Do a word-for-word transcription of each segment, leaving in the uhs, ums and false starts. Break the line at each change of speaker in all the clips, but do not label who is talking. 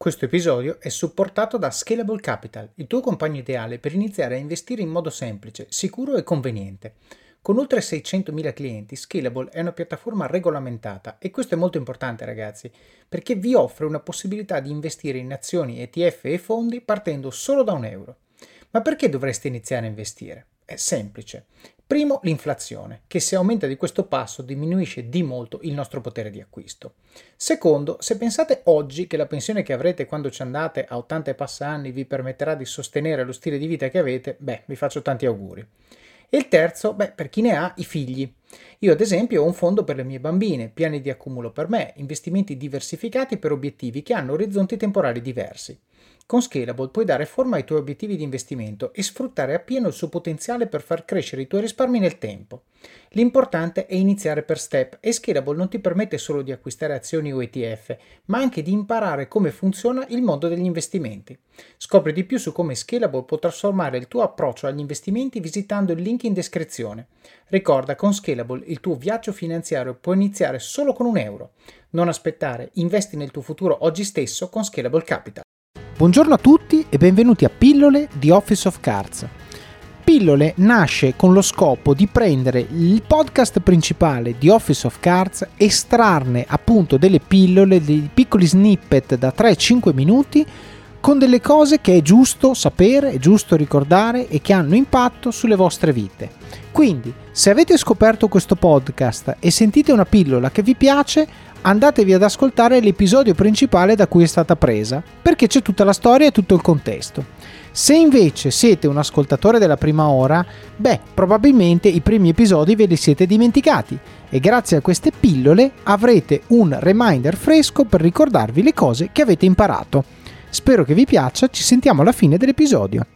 Questo episodio è supportato da Scalable Capital, il tuo compagno ideale per iniziare a investire in modo semplice, sicuro e conveniente. Con oltre seicentomila clienti, Scalable è una piattaforma regolamentata e questo è molto importante, ragazzi, perché vi offre una possibilità di investire in azioni, E T F e fondi partendo solo da un euro. Ma perché dovreste iniziare a investire? È semplice. Primo, l'inflazione, che se aumenta di questo passo diminuisce di molto il nostro potere di acquisto. Secondo, se pensate oggi che la pensione che avrete quando ci andate a ottanta e passa anni vi permetterà di sostenere lo stile di vita che avete, beh, vi faccio tanti auguri. E il terzo, beh, per chi ne ha, i figli. Io ad esempio ho un fondo per le mie bambine, piani di accumulo per me, investimenti diversificati per obiettivi che hanno orizzonti temporali diversi. Con Scalable puoi dare forma ai tuoi obiettivi di investimento e sfruttare appieno il suo potenziale per far crescere i tuoi risparmi nel tempo. L'importante è iniziare per step e Scalable non ti permette solo di acquistare azioni o E T F, ma anche di imparare come funziona il mondo degli investimenti. Scopri di più su come Scalable può trasformare il tuo approccio agli investimenti visitando il link in descrizione. Ricorda, con Scalable il tuo viaggio finanziario può iniziare solo con un euro. Non aspettare, investi nel tuo futuro oggi stesso con Scalable Capital. Buongiorno a tutti e benvenuti a Pillole di Office of Cards. Pillole nasce con lo scopo di prendere il podcast principale di Office of Cards, estrarne appunto delle pillole, dei piccoli snippet da tre cinque minuti con delle cose che è giusto sapere, è giusto ricordare e che hanno impatto sulle vostre vite. Quindi, se avete scoperto questo podcast e sentite una pillola che vi piace, andatevi ad ascoltare l'episodio principale da cui è stata presa, perché c'è tutta la storia e tutto il contesto. Se invece siete un ascoltatore della prima ora, beh, probabilmente i primi episodi ve li siete dimenticati e grazie a queste pillole avrete un reminder fresco per ricordarvi le cose che avete imparato. Spero che vi piaccia, ci sentiamo alla fine dell'episodio.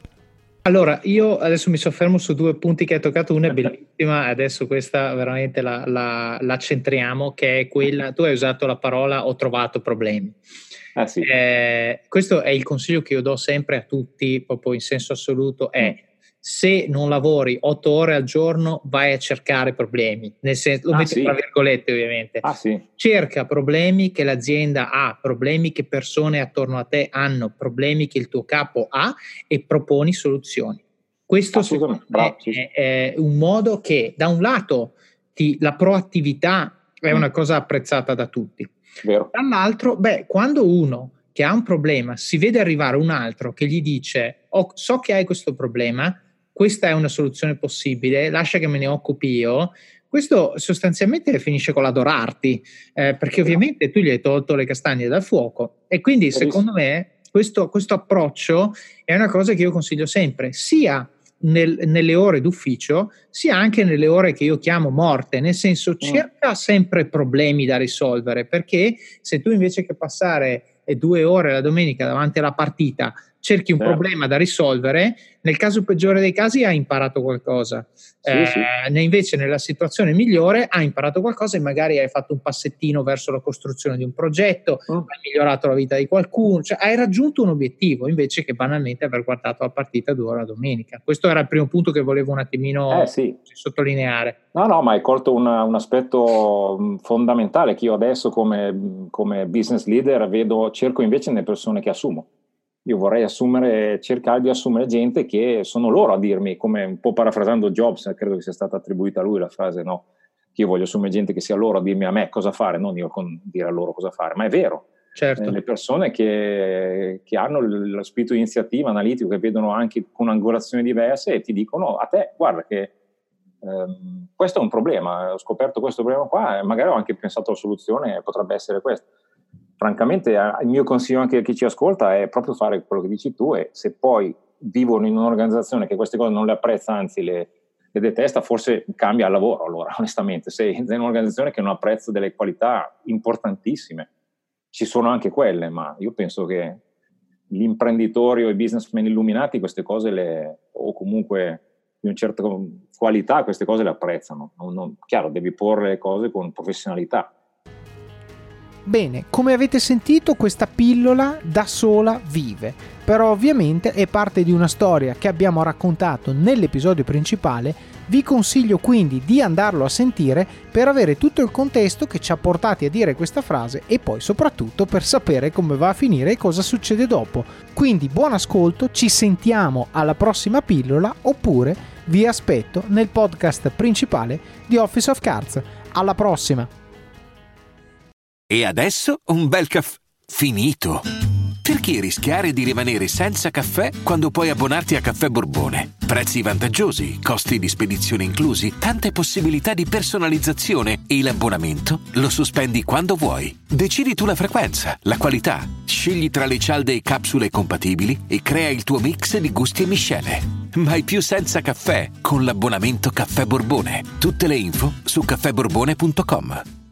Allora, io adesso mi soffermo su due punti che hai toccato, una è bellissima, adesso questa veramente la, la, la centriamo, che è quella, tu hai usato la parola ho trovato problemi.
Ah, sì.
Eh, questo è il consiglio che io do sempre a tutti, proprio in senso assoluto, è se non lavori otto ore al giorno vai a cercare problemi, nel senso, lo
Ah,
metto
sì.
tra virgolette ovviamente.
Ah, sì.
Cerca problemi che l'azienda ha, problemi che persone attorno a te hanno, problemi che il tuo capo ha e proponi soluzioni. Questo secondo me
Bravo, sì.
è, è un modo che da un lato ti, la proattività è
Mm.
una cosa apprezzata da tutti.
Vero.
Dall'altro, beh, quando uno che ha un problema si vede arrivare un altro che gli dice oh, so che hai questo problema, questa è una soluzione possibile, lascia che me ne occupi io, questo sostanzialmente finisce con l'adorarti, eh, perché ovviamente tu gli hai tolto le castagne dal fuoco e quindi secondo me questo, questo approccio è una cosa che io consiglio sempre, sia nel, nelle ore d'ufficio, sia anche nelle ore che io chiamo morte, nel senso cerca sempre problemi da risolvere, perché se tu invece che passare due ore la domenica davanti alla partita cerchi un
certo.
problema da risolvere, nel caso peggiore dei casi hai imparato qualcosa.
Sì,
eh,
sì.
Invece nella situazione migliore hai imparato qualcosa e magari hai fatto un passettino verso la costruzione di un progetto, mm. hai migliorato la vita di qualcuno, cioè hai raggiunto un obiettivo invece che banalmente aver guardato la partita due ore la domenica. Questo era il primo punto che volevo un attimino
eh, sì.
sottolineare.
No, no, ma hai colto una, un aspetto fondamentale che io adesso come, come business leader vedo, cerco invece nelle persone che assumo. Io vorrei assumere, cercare di assumere gente che sono loro a dirmi, come un po' parafrasando Jobs, credo che sia stata attribuita a lui la frase, no? Che io voglio assumere gente che sia loro a dirmi a me cosa fare, non io con dire a loro cosa fare, ma è vero.
Certo.
Eh, le persone che, che hanno lo spirito di iniziativa analitico, che vedono anche con angolazioni diverse e ti dicono a te, guarda che ehm, questo è un problema, ho scoperto questo problema qua e magari ho anche pensato alla soluzione, potrebbe essere questo. Francamente il mio consiglio anche a chi ci ascolta è proprio fare quello che dici tu e se poi vivono in un'organizzazione che queste cose non le apprezza, anzi le, le detesta, forse cambia il lavoro allora, onestamente. Se in un'organizzazione che non apprezza delle qualità importantissime, ci sono anche quelle, ma io penso che gli imprenditori o i businessmen illuminati queste cose le, o comunque di una certa qualità queste cose le apprezzano. Non, non, chiaro, devi porre le cose con professionalità.
Bene, come avete sentito, questa pillola da sola vive, però ovviamente è parte di una storia che abbiamo raccontato nell'episodio principale. Vi consiglio quindi di andarlo a sentire per avere tutto il contesto che ci ha portati a dire questa frase e poi soprattutto per sapere come va a finire e cosa succede dopo. Quindi buon ascolto, ci sentiamo alla prossima pillola oppure vi aspetto nel podcast principale di Office of Cards. Alla prossima!
E adesso un bel caffè finito. Perché rischiare di rimanere senza caffè quando puoi abbonarti a Caffè Borbone? Prezzi vantaggiosi, costi di spedizione inclusi, tante possibilità di personalizzazione e l'abbonamento lo sospendi quando vuoi. Decidi tu la frequenza, la qualità, scegli tra le cialde e capsule compatibili e crea il tuo mix di gusti e miscele. Mai più senza caffè con l'abbonamento Caffè Borbone. Tutte le info su caffè borbone punto com.